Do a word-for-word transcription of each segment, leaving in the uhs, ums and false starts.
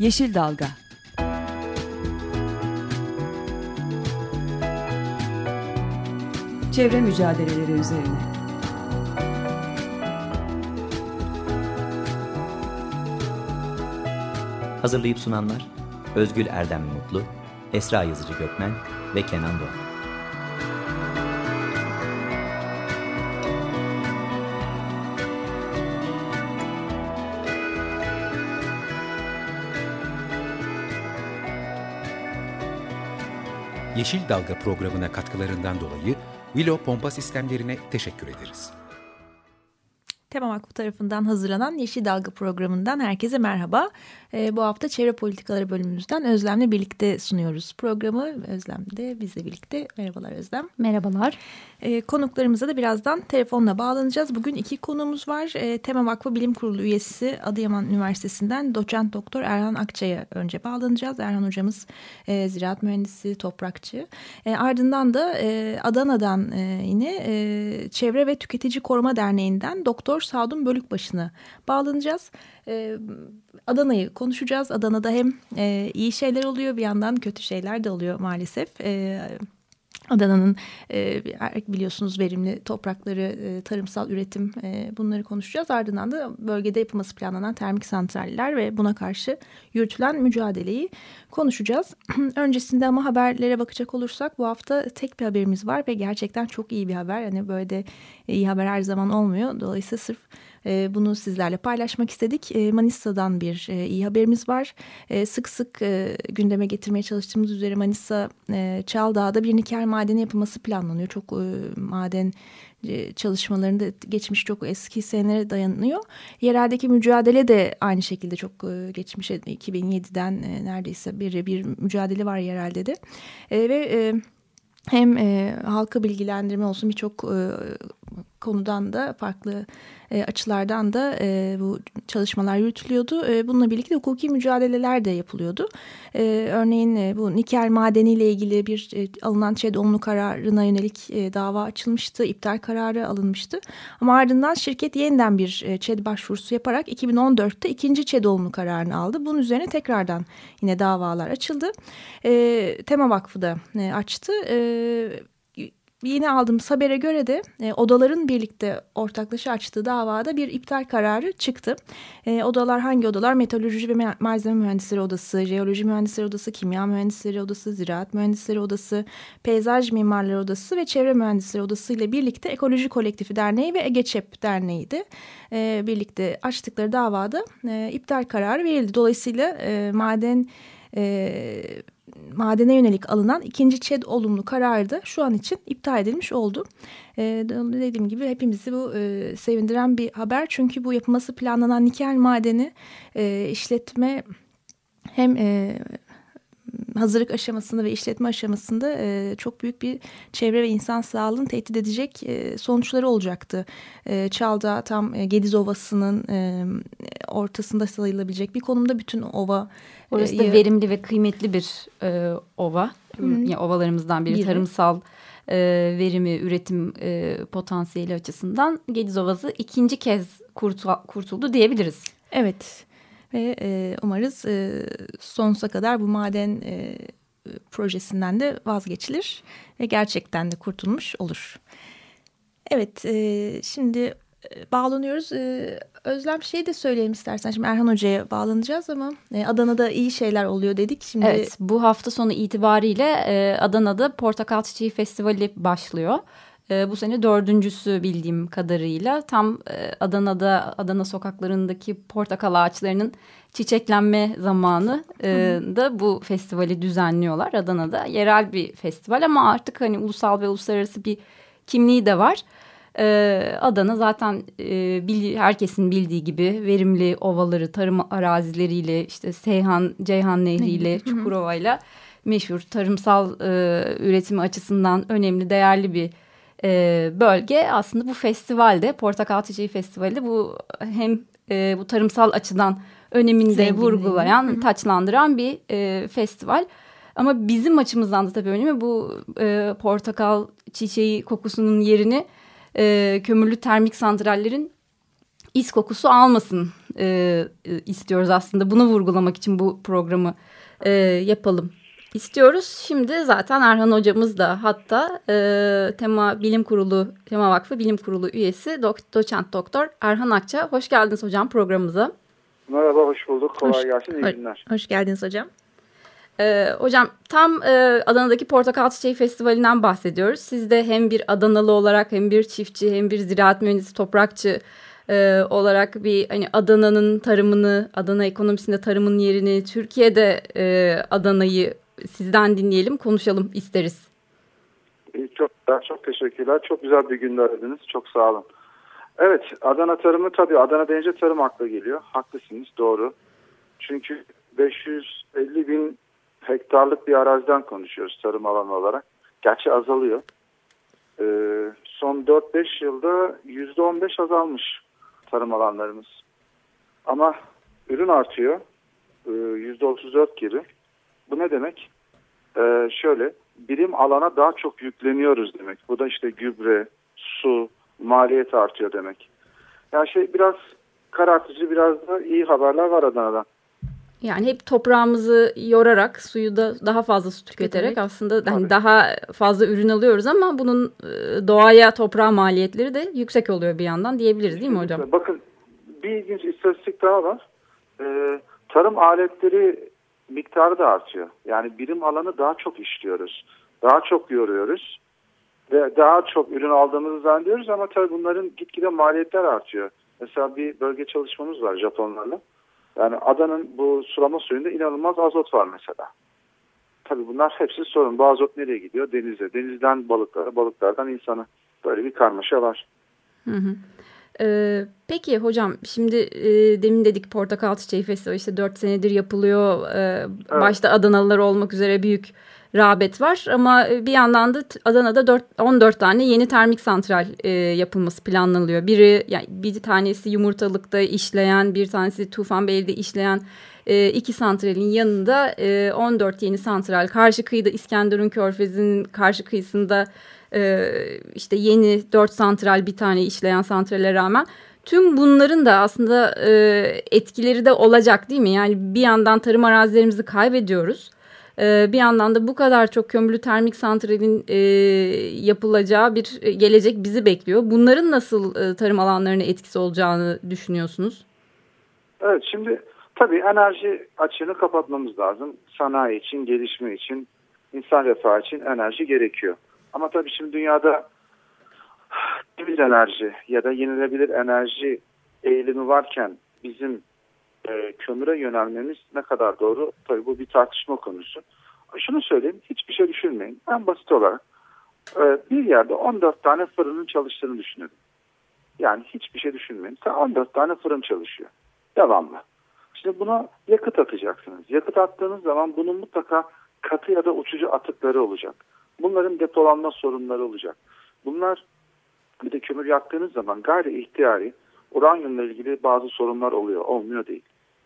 Yeşil Dalga. Çevre mücadeleleri üzerine. Hazırlayıp sunanlar Özgül Erdem Mutlu, Esra Yazıcı Gökmen ve Kenan Doğan. Yeşil Dalga programına katkılarından dolayı Willow Pompa Sistemlerine teşekkür ederiz. Tema Vakfı tarafından hazırlanan Yeşil Dalga programından herkese merhaba. Ee, bu hafta Çevre Politikaları bölümümüzden Özlem'le birlikte sunuyoruz programı. Özlem de bizle birlikte. Merhabalar Özlem. Merhabalar. Ee, konuklarımıza da birazdan telefonla bağlanacağız. Bugün iki konuğumuz var. Ee, Tema Vakfı Bilim Kurulu üyesi Adıyaman Üniversitesi'nden doçent doktor Erhan Akçay'a önce bağlanacağız. Erhan hocamız e, ziraat mühendisi, toprakçı. E, ardından da e, Adana'dan e, yine e, Çevre ve Tüketici Koruma Derneği'nden Doktor Sadun Bölükbaşı'na bağlanacağız. Ee, Adana'yı konuşacağız. Adana'da hem e, iyi şeyler oluyor, bir yandan kötü şeyler de oluyor maalesef. Ee, Adana'nın e, biliyorsunuz verimli toprakları, e, tarımsal üretim, e, bunları konuşacağız. Ardından da bölgede yapılması planlanan termik santraller ve buna karşı yürütülen mücadeleyi konuşacağız. Öncesinde ama haberlere bakacak olursak bu hafta tek bir haberimiz var ve gerçekten çok iyi bir haber. Hani böyle de iyi haber her zaman olmuyor. Dolayısıyla sırf e, bunu sizlerle paylaşmak istedik. E, Manisa'dan bir e, iyi haberimiz var. E, sık sık e, gündeme getirmeye çalıştığımız üzere Manisa e, Çaldağ'da bir nikel madeni yapılması planlanıyor. Çok e, maden e, çalışmalarında geçmiş çok eski senelere dayanıyor. Yereldeki mücadele de aynı şekilde çok e, geçmiş, iki bin yediden e, neredeyse bir, bir mücadele var yerelde de. E, ve e, hem e, halkı bilgilendirme olsun birçok e, konudan da farklı e, açılardan da e, bu çalışmalar yürütülüyordu. E, bununla birlikte hukuki mücadeleler de yapılıyordu. E, örneğin e, bu nikel madeniyle ilgili bir e, alınan ÇED olumlu kararına yönelik e, dava açılmıştı. İptal kararı alınmıştı. Ama ardından şirket yeniden bir e, ÇED başvurusu yaparak iki bin on dörtte ikinci ÇED olumlu kararını aldı. Bunun üzerine tekrardan yine davalar açıldı. E, Tema Vakfı da e, açtı. E, Yeni aldığımız habere göre de e, odaların birlikte ortaklaşa açtığı davada bir iptal kararı çıktı. E, odalar hangi odalar? Meteoroloji ve Malzeme Mühendisleri Odası, Jeoloji Mühendisleri Odası, Kimya Mühendisleri Odası, Ziraat Mühendisleri Odası, Peyzaj Mimarları Odası ve Çevre Mühendisleri Odası ile birlikte Ekoloji Kolektifi Derneği ve EGEÇEP Derneği'ydi. E, birlikte açtıkları davada e, iptal kararı verildi. Dolayısıyla e, maden... E, madene yönelik alınan ikinci ÇED olumlu kararı da şu an için iptal edilmiş oldu. E, dediğim gibi hepimizi bu e, sevindiren bir haber. Çünkü bu yapılması planlanan nikel madeni e, işletme hem e, hazırlık aşamasında ve işletme aşamasında e, çok büyük bir çevre ve insan sağlığını tehdit edecek e, sonuçları olacaktı. E, Çaldağ tam e, Gediz Ovası'nın e, ortasında sayılabilecek bir konumda, bütün ova. Orası da verimli ve kıymetli bir e, ova. Yani ovalarımızdan biri, biri. Tarımsal e, verimi, üretim e, potansiyeli açısından Gediz Ovası ikinci kez kurtul- kurtuldu diyebiliriz. Evet. Ve e, umarız e, sonsuza kadar bu maden e, projesinden de vazgeçilir ve gerçekten de kurtulmuş olur. Evet, e, şimdi e, bağlanıyoruz. E, Özlem, şey de söyleyelim istersen. Şimdi Erhan Hoca'ya bağlanacağız ama e, Adana'da iyi şeyler oluyor dedik. Şimdi... Evet, bu hafta sonu itibariyle e, Adana'da Portakal Çiçeği Festivali başlıyor. E, bu sene dördüncüsü bildiğim kadarıyla. Tam e, Adana'da, Adana sokaklarındaki portakal ağaçlarının çiçeklenme zamanı e, da bu festivali düzenliyorlar Adana'da. Yerel bir festival ama artık hani ulusal ve uluslararası bir kimliği de var. Ee, Adana zaten e, bil, herkesin bildiği gibi verimli ovaları, tarım arazileriyle, işte Seyhan, Ceyhan Nehri ile Çukurova ile meşhur, tarımsal e, üretimi açısından önemli, değerli bir e, bölge. Aslında bu festivalde, Portakal Çiçeği Festivali bu hem e, bu tarımsal açıdan önemini de vurgulayan, hı hı. taçlandıran bir e, festival. Ama bizim açımızdan da tabii önemli, bu e, portakal çiçeği kokusunun yerini e, kömürlü termik santrallerin is kokusu almasın e, e, istiyoruz aslında. Bunu vurgulamak için bu programı e, yapalım istiyoruz. Şimdi zaten Erhan hocamız da hatta e, Tema Bilim Kurulu, Tema Vakfı Bilim Kurulu üyesi do- doçent doktor Erhan Akça. Hoş geldiniz hocam programımıza. Merhaba, hoş bulduk. Kolay hoş, gelsin, iyi hoş, günler. Hoş geldiniz hocam. Ee, hocam tam e, Adana'daki Portakal Çiçeği Festivali'nden bahsediyoruz. Siz de hem bir Adanalı olarak hem bir çiftçi hem bir ziraat mühendisi toprakçı e, olarak bir hani Adana'nın tarımını, Adana ekonomisinde tarımın yerini, Türkiye'de e, Adana'yı sizden dinleyelim, konuşalım isteriz. Çok, çok teşekkürler. Çok güzel bir günde aradınız. Çok sağ olun. Evet, Adana tarımı tabii Adana deyince tarım akla geliyor. Haklısınız, doğru. Çünkü beş yüz elli bin hektarlık bir araziden konuşuyoruz tarım alanı olarak. Gerçi azalıyor. Ee, son dört beş yılda yüzde on beş azalmış tarım alanlarımız. Ama ürün artıyor. Ee, yüzde otuz dört gibi. Bu ne demek? Ee, şöyle, birim alana daha çok yükleniyoruz demek. Bu da işte gübre, su, maliyet artıyor demek. Yani şey biraz karartıcı, biraz da iyi haberler var Adana'dan. Yani hep toprağımızı yorarak, suyu da daha fazla su tüketerek aslında hani daha fazla ürün alıyoruz ama bunun doğaya, toprağa maliyetleri de yüksek oluyor bir yandan diyebiliriz değil mi hocam? Bakın bir ilginç istatistik daha var. Ee, tarım aletleri miktarı da artıyor. Yani birim alanı daha çok işliyoruz. Daha çok yoruyoruz. Ve daha çok ürün aldığımızı zannediyoruz ama tabii bunların gitgide maliyetler artıyor. Mesela bir bölge çalışmamız var Japonlarla. Yani adanın bu sulama suyunda inanılmaz azot var mesela. Tabii bunlar hepsi sorun. Bu azot nereye gidiyor? Denize. Denizden balıklara, balıklardan insana. Böyle bir karmaşa var. Hı hı. Ee, peki hocam şimdi e, demin dedik Portakal Çiçeği Festivali işte dört senedir yapılıyor. Ee, evet. Başta Adanalılar olmak üzere büyük rağbet var ama bir yandan da Adana'da on dört tane yeni termik santral e, yapılması planlanıyor. Biri yani bir tanesi Yumurtalık'ta işleyen, bir tanesi Tufanbeyli'de işleyen e, iki santralin yanında e, on dört yeni santral. Karşı kıyıda İskenderun Körfezi'nin karşı kıyısında e, işte yeni dört santral, bir tane işleyen santrale rağmen tüm bunların da aslında e, etkileri de olacak değil mi? Yani bir yandan tarım arazilerimizi kaybediyoruz. Bir yandan da bu kadar çok kömürlü termik santralin e, yapılacağı bir gelecek bizi bekliyor. Bunların nasıl e, tarım alanlarına etkisi olacağını düşünüyorsunuz? Evet, şimdi tabii enerji açığını kapatmamız lazım. Sanayi için, gelişme için, insan refahı için enerji gerekiyor. Ama tabii şimdi dünyada temiz enerji ya da yenilebilir enerji eğilimi varken bizim E, kömüre yönelmemiz ne kadar doğru? Tabii bu bir tartışma konusu. Şunu söyleyeyim, hiçbir şey düşünmeyin. En basit olarak e, bir yerde on dört tane fırının çalıştığını düşünün. Yani hiçbir şey düşünmeyin. on dört tane fırın çalışıyor. Devamlı. Şimdi buna yakıt atacaksınız. Yakıt attığınız zaman bunun mutlaka katı ya da uçucu atıkları olacak. Bunların depolanma sorunları olacak. Bunlar bir de kömür yaktığınız zaman gayri ihtiyari uranyumla ilgili bazı sorunlar oluyor. Olmuyor değil.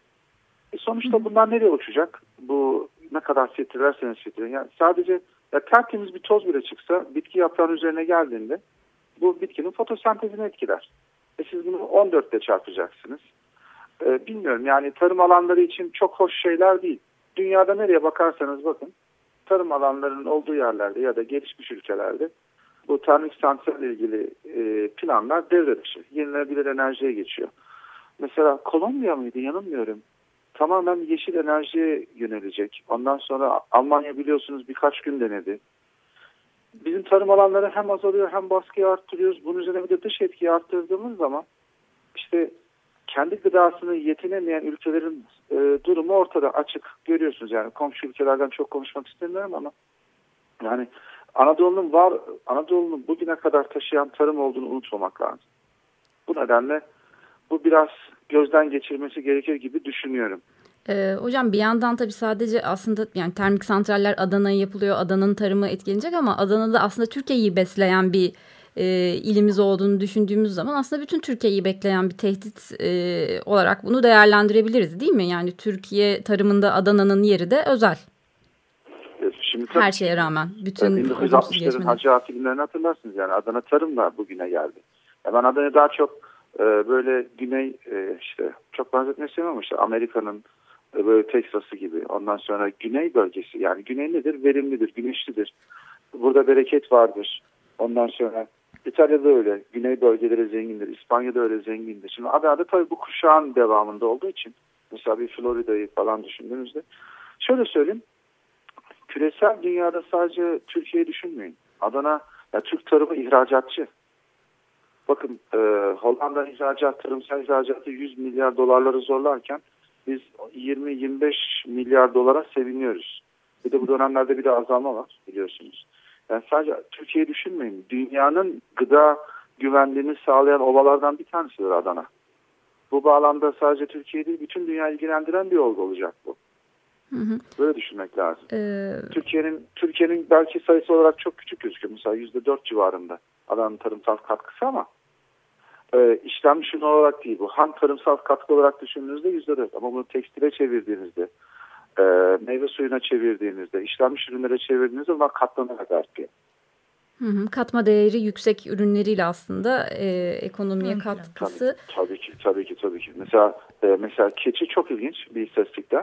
E sonuçta bunlar nereye uçacak? Bu ne kadar filtrerseniz filtreyin. Yani sadece ya tertemiz bir toz bile çıksa bitki yaprağının üzerine geldiğinde bu bitkinin fotosentezini etkiler. E siz bunu on dört ile çarpacaksınız. E, bilmiyorum yani tarım alanları için çok hoş şeyler değil. Dünyada nereye bakarsanız bakın tarım alanlarının olduğu yerlerde ya da gelişmiş ülkelerde bu termik santral ile ilgili e, planlar devre dışı. Yenilenebilir enerjiye geçiyor. Mesela Kolombiya mıydı? Yanılmıyorum. Tamamen yeşil enerjiye yönelecek. Ondan sonra Almanya biliyorsunuz birkaç gün denedi. Bizim tarım alanları hem azalıyor hem baskıyı arttırıyoruz. Bunun üzerine bir de dış etkiyi arttırdığımız zaman işte kendi gıdasını yetinemeyen ülkelerin e, durumu ortada açık. Görüyorsunuz yani komşu ülkelerden çok konuşmak istemiyorum ama yani Anadolu'nun var, Anadolu'nun bugüne kadar taşıyan tarım olduğunu unutmamak lazım. Bu nedenle bu biraz gözden geçirmesi gerekir gibi düşünüyorum. Ee, hocam bir yandan tabii sadece aslında yani termik santraller Adana'ya yapılıyor. Adana'nın tarımı etkilenecek ama Adana'da aslında Türkiye'yi besleyen bir e, ilimiz olduğunu düşündüğümüz zaman aslında bütün Türkiye'yi bekleyen bir tehdit e, olarak bunu değerlendirebiliriz değil mi? Yani Türkiye tarımında Adana'nın yeri de özel. Şimdi her şeye rağmen. Bütün bin dokuz yüz altmışların Hacı Ağa filmlerini hatırlarsınız yani Adana tarımla bugüne geldi. Ya ben Adana'ya daha çok e, böyle güney e, işte çok benzetmek istemiyorum işte Amerika'nın e, böyle Teksas'ı gibi. Ondan sonra güney bölgesi, yani güney nedir? Verimlidir, güneşlidir. Burada bereket vardır. Ondan sonra İtalya'da öyle. Güney bölgeleri zengindir. İspanya'da öyle zengindir. Şimdi adı adı tabii bu kuşağın devamında olduğu için. Mesela bir Florida'yı falan düşündüğünüzde. Şöyle söyleyeyim. Küresel dünyada sadece Türkiye'yi düşünmeyin. Adana, ya Türk tarımı ihracatçı. Bakın e, Hollanda ihracat, tarımsal ihracatı yüz milyar dolarları zorlarken biz yirmi yirmi beş milyar dolara seviniyoruz. Bir de bu dönemlerde bir de azalma var biliyorsunuz. Yani sadece Türkiye'yi düşünmeyin. Dünyanın gıda güvenliğini sağlayan ovalardan bir tanesidir Adana. Bu bağlamda sadece Türkiye değil, bütün dünya ilgilendiren bir olgu olacak bu. Hı hı. Böyle düşünmek lazım. Ee... Türkiye'nin Türkiye'nin belki sayısı olarak çok küçük gözüküyor. Mesela yüzde dört civarında Adana'nın tarımsal katkısı ama e, işlenmiş ürün olarak değil bu. Ham tarımsal katkı olarak düşündüğünüzde yüzde dört. Ama bunu tekstile çevirdiğinizde, e, meyve suyuna çevirdiğinizde, işlenmiş ürünlere çevirdiğinizde bunlar katlanarak artıyor. Hı hı, katma değeri yüksek ürünleriyle aslında e, ekonomiye hı, katkısı. Tabii, tabii ki, tabii ki, tabii ki. Mesela e, mesela keçi çok ilginç bir istatistikte.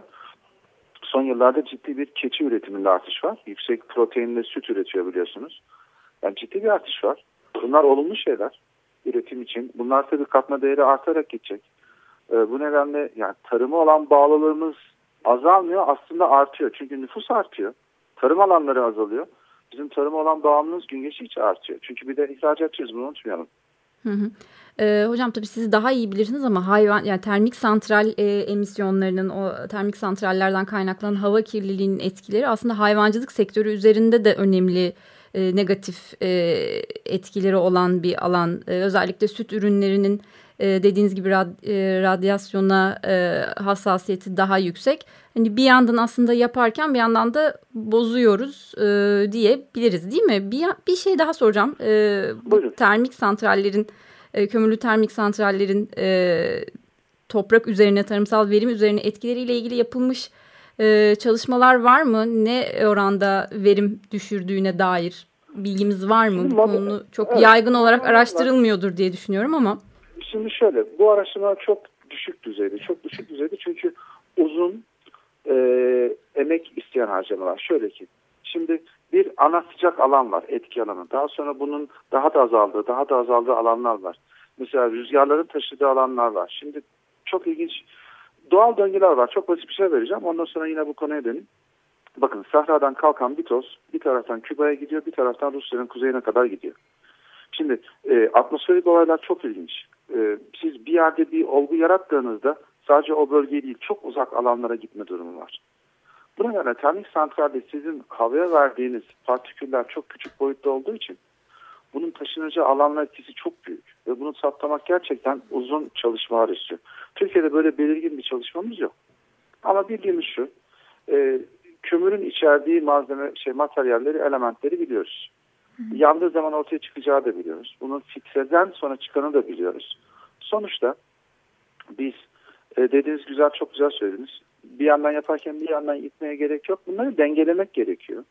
Son yıllarda ciddi bir keçi üretiminde artış var. Yüksek proteinli süt üretiyor biliyorsunuz. Yani ciddi bir artış var. Bunlar olumlu şeyler üretim için. Bunlar tabii katma değeri artarak gidecek. E, bu nedenle yani tarıma olan bağlılığımız azalmıyor, aslında artıyor. Çünkü nüfus artıyor. Tarım alanları azalıyor. Bizim tarıma olan bağımlılığımız gün geçtikçe artıyor. Çünkü bir de ihracatçıyız, bunu unutmayalım. Hı hı. Ee, hocam tabii siz daha iyi bilirsiniz ama hayvan, yani termik santral e, emisyonlarının, o termik santrallerden kaynaklanan hava kirliliğinin etkileri aslında hayvancılık sektörü üzerinde de önemli e, negatif e, etkileri olan bir alan. E, özellikle süt ürünlerinin e, dediğiniz gibi rad, e, radyasyona e, hassasiyeti daha yüksek. Hani bir yandan aslında yaparken bir yandan da bozuyoruz e, diyebiliriz, değil mi? Bir, bir şey daha soracağım. E, bu termik santrallerin, e, kömürlü termik santrallerin e, toprak üzerine, tarımsal verim üzerine etkileriyle ilgili yapılmış e, çalışmalar var mı? Ne oranda verim düşürdüğüne dair bilgimiz var mı? Bu konu çok evet, yaygın olarak araştırılmıyordur diye düşünüyorum ama. Şimdi şöyle, bu araştırma çok düşük düzeyde, çok düşük düzeyde çünkü uzun e, emek isteyen harcamalar. Şöyle ki, şimdi bir ana sıcak alan var, etki alanı. Daha sonra bunun daha da azaldığı, daha da azaldığı alanlar var. Mesela rüzgarların taşıdığı alanlar var. Şimdi çok ilginç doğal döngüler var. Çok basit bir şey vereceğim. Ondan sonra yine bu konuya döneyim. Bakın, Sahra'dan kalkan bir toz bir taraftan Küba'ya gidiyor, bir taraftan Rusya'nın kuzeyine kadar gidiyor. Şimdi e, atmosferik olaylar çok ilginç. E, siz bir yerde bir olgu yarattığınızda sadece o bölgeye değil, çok uzak alanlara gitme durumu var. Bu nedenle termik santralde sizin havaya verdiğiniz partiküller çok küçük boyutta olduğu için bunun taşınacağı alanlar etkisi çok büyük. Ve bunu saptamak gerçekten uzun çalışmalar istiyor. Türkiye'de böyle belirgin bir çalışmamız yok. Ama bildiğimiz şu, e, kömürün içerdiği malzeme, şey materyalleri, elementleri biliyoruz. Hı. Yandığı zaman ortaya çıkacağı da biliyoruz. Bunun filtreden sonra çıkanı da biliyoruz. Sonuçta biz e, dediğiniz güzel, çok güzel söylediniz. Bir yandan yaparken bir yandan gitmeye gerek yok. Bunları dengelemek gerekiyor.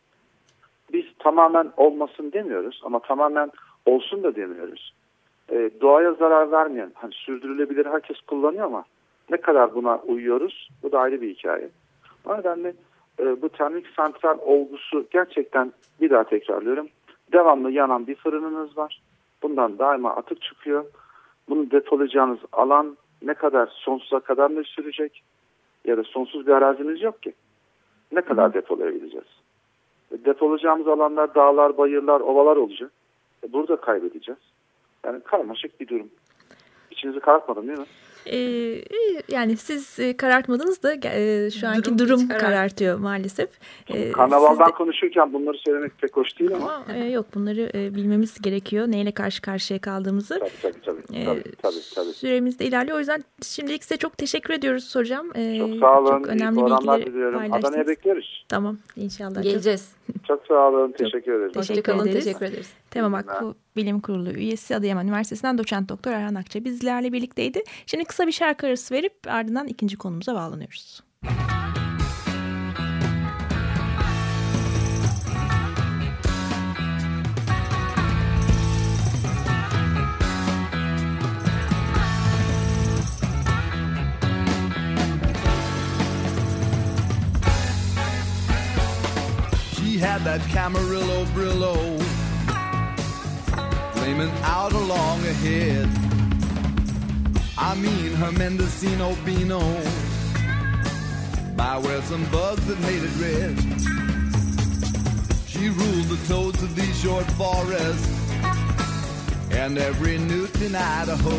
Biz tamamen olmasın demiyoruz ama tamamen olsun da demiyoruz. E, doğaya zarar vermeyen, hani sürdürülebilir, herkes kullanıyor ama ne kadar buna uyuyoruz, bu da ayrı bir hikaye. O nedenle e, bu termik santral olgusu gerçekten, bir daha tekrarlıyorum, devamlı yanan bir fırınınız var. Bundan daima atık çıkıyor. Bunu depolayacağınız alan ne kadar, sonsuza kadar mı sürecek? Ya da sonsuz bir arazimiz yok ki. Ne kadar Hı. depolayabileceğiz? Depolayacağımız alanlar dağlar, bayırlar, ovalar olacak. E burada kaybedeceğiz. Yani karmaşık bir durum. İçinizi karartmadım değil mi? Ee, yani siz karartmadınız da e, şu anki durum, durum karartıyor maalesef. Ee, Karnavaldan de... konuşurken bunları söylemek pek hoş değil ama. ama e, yok, bunları e, bilmemiz gerekiyor. Neyle karşı karşıya kaldığımızı. Tabii tabii tabii. Ee, tabii, tabii, tabii. Süremiz de ilerliyor. O yüzden şimdilik size çok teşekkür ediyoruz hocam. Ee, çok sağ olun. Çok önemli bilgileri paylaştınız. Adana'ya bekliyoruz. Tamam, inşallah. Geleceğiz. Çok sağ olun. Teşekkür ederiz. Teşekkür Hoşçakalın. ederiz. Teşekkür ederiz. Tema Vakfı Bilim Kurulu üyesi, Adıyaman Üniversitesi'nden doçent doktor Erhan Akça bizlerle birlikteydi. Şimdi kısa bir şarkı arası verip ardından ikinci konumuza bağlanıyoruz. had that Camarillo Brillo flaming out along ahead. I mean her Mendocino Beano, by where some bugs had made it red. She ruled the toads of these short forests and every newt in Idaho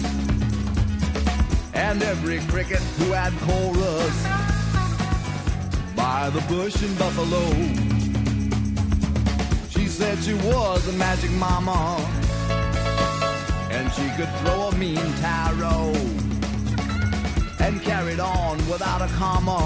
and every cricket who had chorus by the bush in Buffalo. She said she was a magic mama and she could throw a mean tarot and carried on without a comma,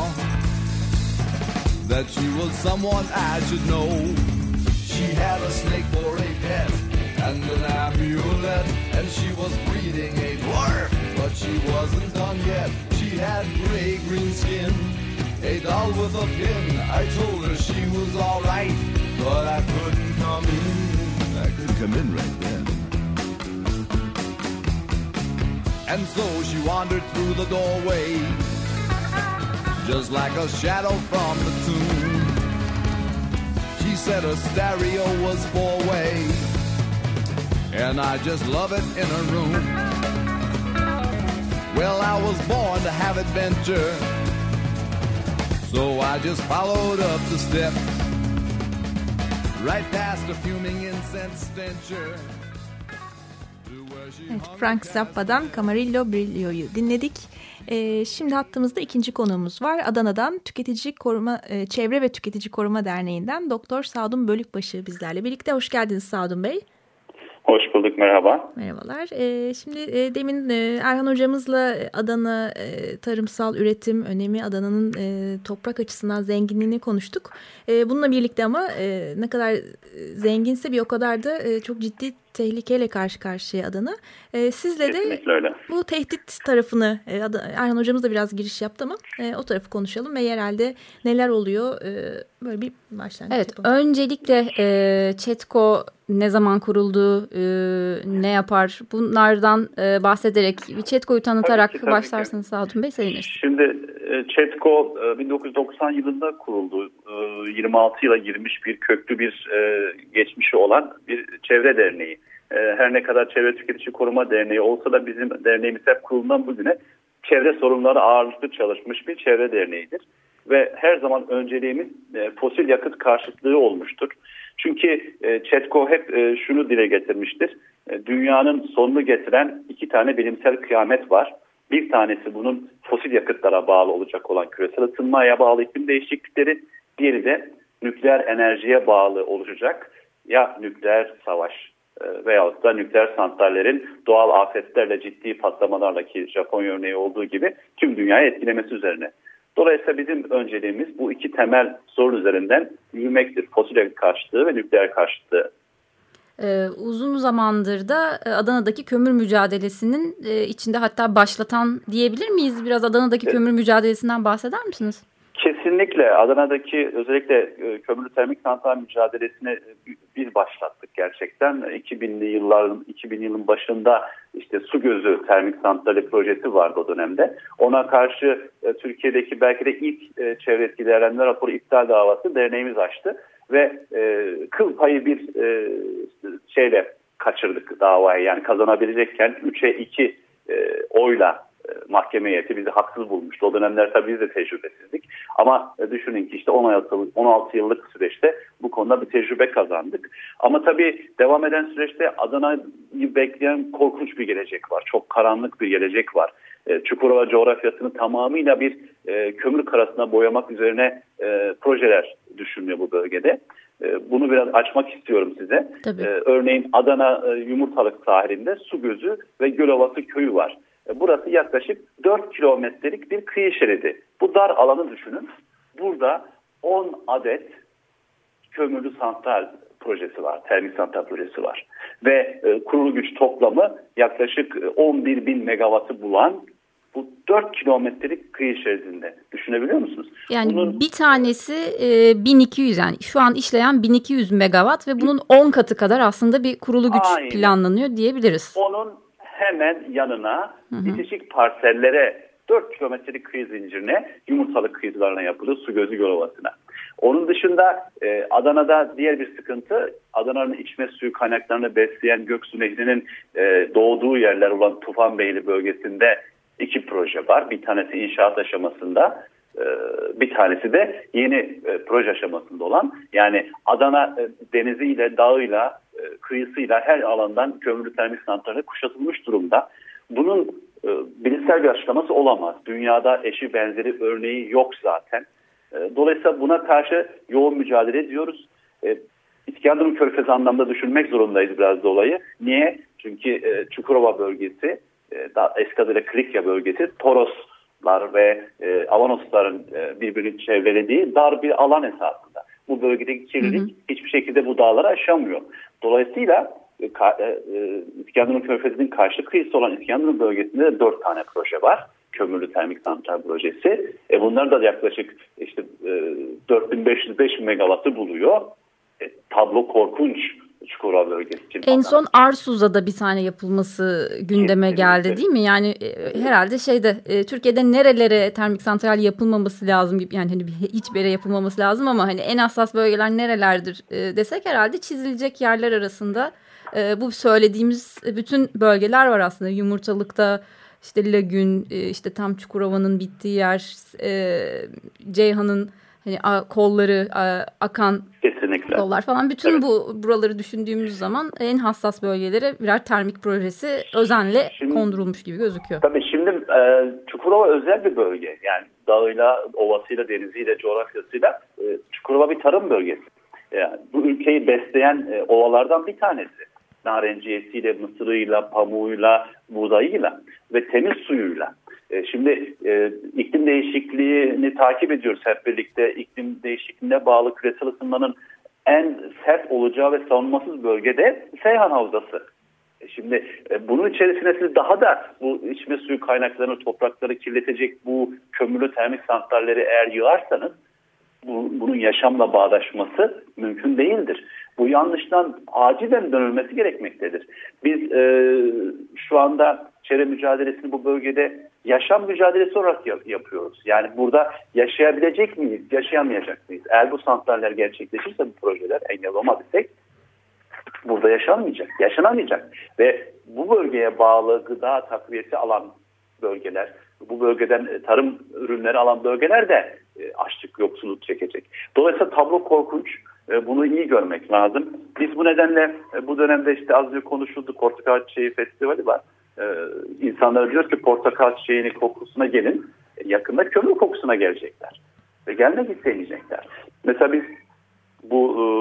that she was someone I should know. She had a snake for a pet and an amulet, and she was breeding a dwarf, but she wasn't done yet. She had gray-green skin, a doll with a pin. I told her she was all right, but I couldn't come in. I couldn't come in right then. And so she wandered through the doorway, just like a shadow from the tomb. She said her stereo was four-way, and I just love it in her room. Well, I was born to have adventure, so I just followed up the steps, right past a fuming incense stencher. Evet, Frank Zappa'dan Camarillo Brillo'yu dinledik. Ee, şimdi hattımızda ikinci konuğumuz var. Adana'dan Tüketici Koruma, e, Çevre ve Tüketici Koruma Derneği'nden Doktor Sadun Bölükbaşı bizlerle birlikte. Hoş geldiniz Sadun Bey. Hoş bulduk, merhaba. Merhabalar. Ee, şimdi e, demin e, Erhan hocamızla Adana e, tarımsal üretim önemi, Adana'nın e, toprak açısından zenginliğini konuştuk. E, bununla birlikte ama e, ne kadar zenginse bir o kadar da e, çok ciddi tehlikeyle karşı karşıya Adana. E, sizle de öyle. Bu tehdit tarafını, e, Erhan hocamız da biraz giriş yaptı ama e, o tarafı konuşalım ve yerelde neler oluyor, e, böyle bir başlangıç evet, yapalım. Öncelikle e, ÇETKO ne zaman kuruldu, e, ne yapar, bunlardan e, bahsederek bir ÇETKO'yu tanıtarak tabii ki, tabii başlarsınız Sadun Bey, seviniriz. Şimdi e, ÇETKO e, bin dokuz yüz doksan yılında kuruldu. E, yirmi altı yıla girmiş bir köklü bir e, geçmişi olan bir çevre derneği. E, her ne kadar Çevre Tüketici Koruma Derneği olsa da bizim derneğimiz hep kurulundan bugüne çevre sorunları ağırlıklı çalışmış bir çevre derneğidir. Ve her zaman önceliğimiz e, fosil yakıt karşıtlığı olmuştur. Çünkü e, ÇETKO hep e, şunu dile getirmiştir. E, dünyanın sonunu getiren iki tane bilimsel kıyamet var. Bir tanesi bunun fosil yakıtlara bağlı olacak olan küresel ısınmaya bağlı iklim değişiklikleri. Diğeri de nükleer enerjiye bağlı olacak ya nükleer savaş e, veyahut da nükleer santrallerin doğal afetlerle ciddi patlamalarla ki Japonya örneği olduğu gibi tüm dünyayı etkilemesi üzerine. Dolayısıyla bizim önceliğimiz bu iki temel sorun üzerinden yürümektir. Fosil yakıt karşıtlığı ve nükleer karşıtlığı. Ee, uzun zamandır da Adana'daki kömür mücadelesinin e, içinde hatta başlatan diyebilir miyiz? Biraz Adana'daki evet. kömür mücadelesinden bahseder misiniz? Kesinlikle Adana'daki özellikle kömürlü termik santral mücadelesini biz başlattık gerçekten. iki binli yılların iki bin yılın başında işte Su Gözü termik santrali projesi vardı o dönemde. Ona karşı Türkiye'deki belki de ilk çevre etki değerlendirme raporu iptal davası derneğimiz açtı ve e, kıl payı bir e, şeyle kaçırdık davayı. Yani kazanabilecekken üçe iki e, oyla mahkeme heyeti bizi haksız bulmuştu. O dönemler tabii biz de tecrübesizdik. Ama düşünün ki işte on altı yıllık süreçte bu konuda bir tecrübe kazandık. Ama tabii devam eden süreçte Adana'yı bekleyen korkunç bir gelecek var. Çok karanlık bir gelecek var. Çukurova coğrafyasını tamamıyla bir kömür karasına boyamak üzerine projeler düşünülüyor bu bölgede. Bunu biraz açmak istiyorum size. Tabii. Örneğin Adana Yumurtalık sahilinde Su Gözü ve Gölovası köyü var. Burası yaklaşık dört kilometrelik bir kıyı şeridi. Bu dar alanı düşünün. Burada on adet kömürlü santral projesi var, termik santral projesi var. Ve e, kurulu güç toplamı yaklaşık on bir bin megawattı bulan bu dört kilometrelik kıyı şeridinde. Düşünebiliyor musunuz? Yani bunun, bir tanesi e, bin iki yüz, yani şu an işleyen bin iki yüz megawatt ve bunun on katı kadar aslında bir kurulu güç aynen. planlanıyor diyebiliriz. Onun hemen yanına bitişik parsellere dört kilometrelik kıyı zincirine, Yumurtalık kıyılarına yapılıyor, Su Gözü Gölovası'na. Onun dışında e, Adana'da diğer bir sıkıntı, Adana'nın içme suyu kaynaklarını besleyen Göksu Nehri'nin e, doğduğu yerler olan Tufanbeyli bölgesinde iki proje var. Bir tanesi inşaat aşamasında, e, bir tanesi de yeni e, proje aşamasında olan. Yani Adana e, deniziyle, dağıyla, e, kıyısıyla her alandan kömürlü termik santrali kuşatılmış durumda. Bunun e, bilimsel bir açıklaması olamaz. Dünyada eşi benzeri örneği yok zaten. E, dolayısıyla buna karşı yoğun mücadele ediyoruz. E, İskenderun Körfezi anlamda düşünmek zorundayız biraz dolayı. Niye? Çünkü e, Çukurova bölgesi, e, daha eski adıyla Klikya bölgesi, Toroslar ve e, Avanosların e, birbirini çevrelediği dar bir alan esasında. Bu bölgedeki kirlilik hı hı. hiçbir şekilde bu dağları aşamıyor. Dolayısıyla e, e, İskenderun Körfezi'nin karşı kıyısı olan İskenderun bölgesinde de dört tane proje var. Kömürlü termik santral projesi. E, bunlar da yaklaşık işte e, dört bin beş yüz beş megawattı buluyor. E, tablo korkunç Çukurova bölgesi için. En son Arsuza'da bir tane yapılması gündeme Kesinlikle. geldi değil mi? Yani e, herhalde şeyde e, Türkiye'de nerelere termik santral yapılmaması lazım, yani hani hiçbir yere yapılmaması lazım ama hani en hassas bölgeler nerelerdir e, desek herhalde çizilecek yerler arasında e, bu söylediğimiz bütün bölgeler var aslında. Yumurtalık'ta işte Lagün, e, işte tam Çukurova'nın bittiği yer, e, Ceyhan'ın hani kolları akan Kesinlikle. kollar falan, bütün evet. bu buraları düşündüğümüz zaman en hassas bölgelere birer termik projesi özenle şimdi, kondurulmuş gibi gözüküyor. Tabii şimdi e, Çukurova özel bir bölge. Yani dağıyla, ovasıyla, deniziyle, coğrafyasıyla e, Çukurova bir tarım bölgesi. Yani bu ülkeyi besleyen e, ovalardan bir tanesi. Narenciyesiyle, mısırıyla, pamuğuyla, buğdayıyla ve temiz suyuyla. Şimdi e, iklim değişikliğini takip ediyoruz hep birlikte. İklim değişikliğine bağlı küresel ısınmanın en sert olacağı ve savunmasız bölgede Seyhan Havzası. E, şimdi e, bunun içerisine siz daha da bu içme suyu kaynaklarını, toprakları kirletecek bu kömürlü termik santralleri eğer yığarsanız bu, bunun yaşamla bağdaşması mümkün değildir. Bu yanlıştan acilen dönülmesi gerekmektedir. Biz e, şu anda çevre mücadelesini bu bölgede yaşam mücadelesi olarak yap- yapıyoruz. Yani burada yaşayabilecek miyiz, yaşayamayacak mıyız? Eğer bu santraller gerçekleşirse, bu projeler engel olmadıysek burada yaşanmayacak, yaşanamayacak. Ve bu bölgeye bağlı gıda takviyesi alan bölgeler, bu bölgeden tarım ürünleri alan bölgeler de e, açlık, yoksulluk çekecek. Dolayısıyla tablo korkunç. E, bunu iyi görmek lazım. Biz bu nedenle e, bu dönemde işte az önce konuşuldu, Portakal Çiçeği Festivali var. E, insanlara diyoruz ki portakal çiçeğinin kokusuna gelin. E, yakında kömür kokusuna gelecekler. Ve gelmek isteyecekler. Mesela biz bu e,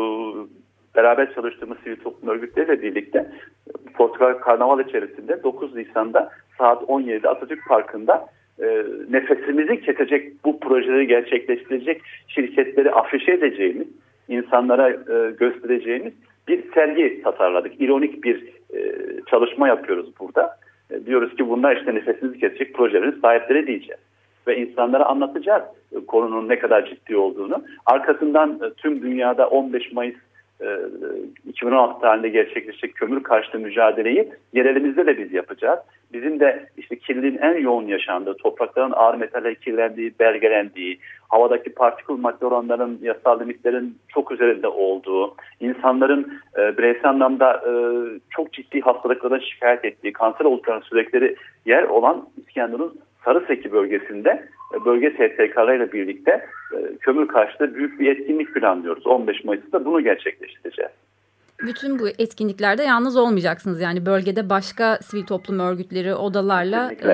beraber çalıştığımız sivil toplum örgütleriyle birlikte Portakal Karnaval içerisinde dokuz Nisan'da saat on yedide Atatürk Parkı'nda e, nefesimizi kesecek bu projeleri gerçekleştirecek şirketleri afişe edeceğimiz, insanlara e, göstereceğimiz bir sergi tasarladık. İronik bir e, çalışma yapıyoruz burada. E, diyoruz ki bunlar işte nefesimizi kesecek projelerin sahipleri diyeceğiz. Ve insanlara anlatacağız e, konunun ne kadar ciddi olduğunu. Arkasından e, tüm dünyada on beş Mayıs e, iki bin on altı tarihinde gerçekleşecek kömür karşıtı mücadeleyi yerelimizde de biz yapacağız. Bizim de işte kirliliğin en yoğun yaşandığı, toprakların ağır metaller kirlendiği, belgelendiği, havadaki partikül madde oranlarının, yasal limitlerin çok üzerinde olduğu, insanların e, bireysel anlamda e, çok ciddi hastalıklardan şikayet ettiği, kanser olduklarının sürekli yer olan İskenderun Sarıseki bölgesinde e, bölge S T K'larıyla birlikte e, kömür karşıtı büyük bir etkinlik planlıyoruz. on beş Mayıs'ta bunu gerçekleştireceğiz. Bütün bu etkinliklerde yalnız olmayacaksınız. Yani bölgede başka sivil toplum örgütleri, odalarla e,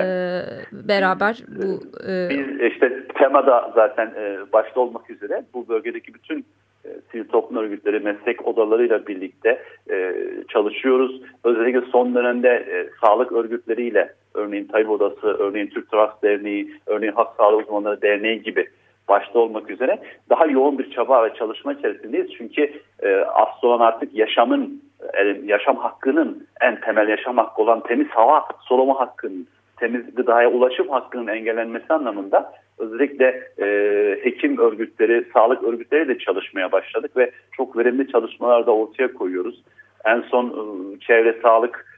beraber bu... E... Biz işte temada zaten e, başta olmak üzere bu bölgedeki bütün e, sivil toplum örgütleri, meslek odalarıyla birlikte e, çalışıyoruz. Özellikle son dönemde e, sağlık örgütleriyle, örneğin Tayyip Odası, örneğin Türk Trans Derneği, örneğin Halk Sağlığı Uzmanları Derneği gibi başta olmak üzere daha yoğun bir çaba ve çalışma içerisindeyiz. Çünkü e, asıl olan artık yaşamın, e, yaşam hakkının, en temel yaşam hakkı olan temiz hava soluma hakkının, temiz gıdaya ulaşım hakkının engellenmesi anlamında özellikle e, hekim örgütleri, sağlık örgütleri de çalışmaya başladık ve çok verimli çalışmalar da ortaya koyuyoruz. En son e, çevre sağlık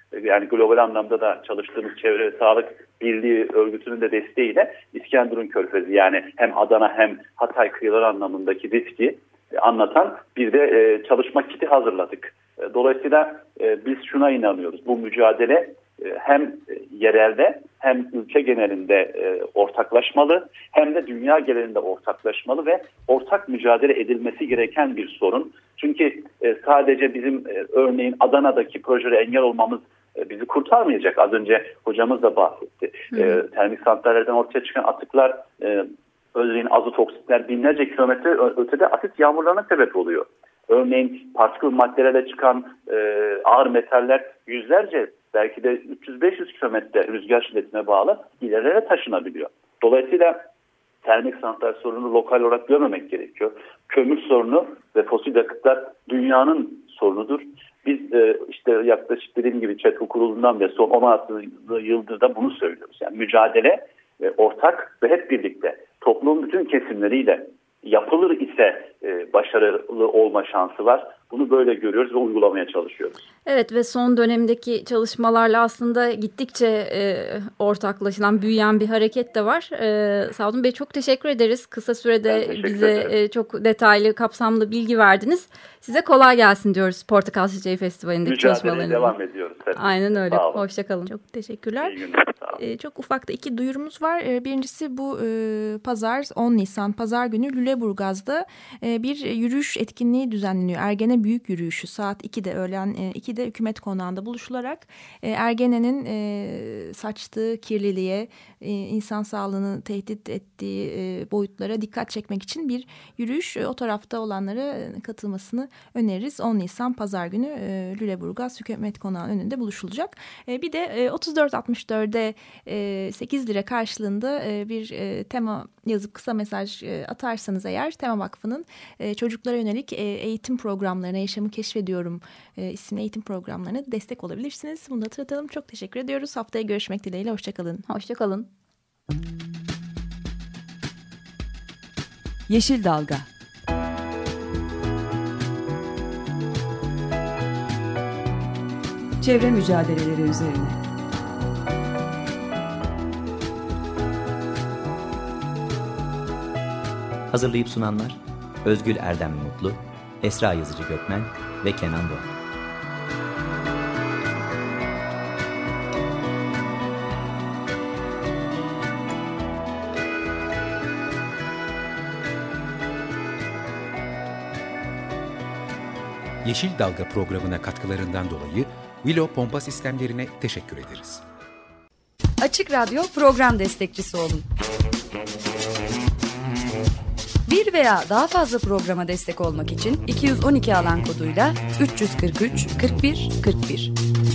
yani global anlamda da çalıştığımız Çevre ve Sağlık Birliği örgütünün de desteğiyle İskenderun Körfezi, yani hem Adana hem Hatay kıyıları anlamındaki riski anlatan bir de çalışma kiti hazırladık. Dolayısıyla biz şuna inanıyoruz: bu mücadele hem yerelde hem ülke genelinde ortaklaşmalı, hem de dünya genelinde ortaklaşmalı ve ortak mücadele edilmesi gereken bir sorun. Çünkü sadece bizim örneğin Adana'daki projeye engel olmamız bizi kurtarmayacak. Az önce hocamız da bahsetti. Hı. Termik santrallerden ortaya çıkan atıklar, örneğin azot oksitler binlerce kilometre ötede asit yağmurlarına sebep oluyor. Örneğin partikül maddelerle çıkan e, ağır metaller yüzlerce, belki de üç yüz beş yüz kilometre rüzgar şiddetine bağlı ilerlere taşınabiliyor. Dolayısıyla termik santral sorunu lokal olarak görmemek gerekiyor. Kömür sorunu ve fosil yakıtlar dünyanın sorunudur. Biz e, işte yaklaşık dediğim gibi ÇED kurulundan beri son on altı yıldır da bunu söylüyoruz. Yani mücadele e, ortak ve hep birlikte toplumun bütün kesimleriyle yapılır ise e, başarılı olma şansı var. Bunu böyle görüyoruz ve uygulamaya çalışıyoruz. Evet, ve son dönemdeki çalışmalarla aslında gittikçe e, ortaklaşılan, büyüyen bir hareket de var. E, Sadun Bey, çok teşekkür ederiz. Kısa sürede bize e, çok detaylı, kapsamlı bilgi verdiniz. Size kolay gelsin diyoruz Portakal Çiçeği Festivali'ndeki çalışmalarınızda. Mücadeleye devam ediyoruz. Tabii. Aynen öyle. Hoşçakalın. Çok teşekkürler. İyi günler. Sağ olun. E, çok ufak da iki duyurumuz var. E, birincisi bu e, pazar on Nisan Pazar günü Lüleburgaz'da e, bir yürüyüş etkinliği düzenleniyor. Ergene Büyük Yürüyüşü saat ikide, öğlen e, ikide Hükümet Konağı'nda buluşularak e, Ergene'nin e, saçtığı kirliliğe, e, insan sağlığını tehdit ettiği e, boyutlara dikkat çekmek için bir yürüyüş. E, o tarafta olanlara katılmasını öneririz. on Nisan Pazar günü e, Lüleburgaz Hükümet Konağı'nın önünde buluşulacak. E, bir de e, otuz dört altmış dörde e, sekiz lira karşılığında e, bir e, tema yazıp kısa mesaj e, atarsanız eğer, Tema Vakfı'nın e, çocuklara yönelik e, eğitim programlarına, Yaşamı Keşfediyorum e, isimli eğitim programlarına destek olabilirsiniz. Bunu da hatırlatalım. Çok teşekkür ediyoruz. Haftaya görüşmek dileğiyle. Hoşçakalın. Hoşçakalın. Yeşil Dalga. Çevre mücadeleleri üzerine. Hazırlayıp sunanlar Özgül Erdem Mutlu, Esra Yazıcı Gökmen ve Kenan Doğan. Yeşil Dalga programına katkılarından dolayı Willow Pompa Sistemlerine teşekkür ederiz. Açık Radyo program destekçisi olun. Bir veya daha fazla programa destek olmak için iki yüz on iki alan koduyla üç yüz kırk üç kırk bir kırk bir.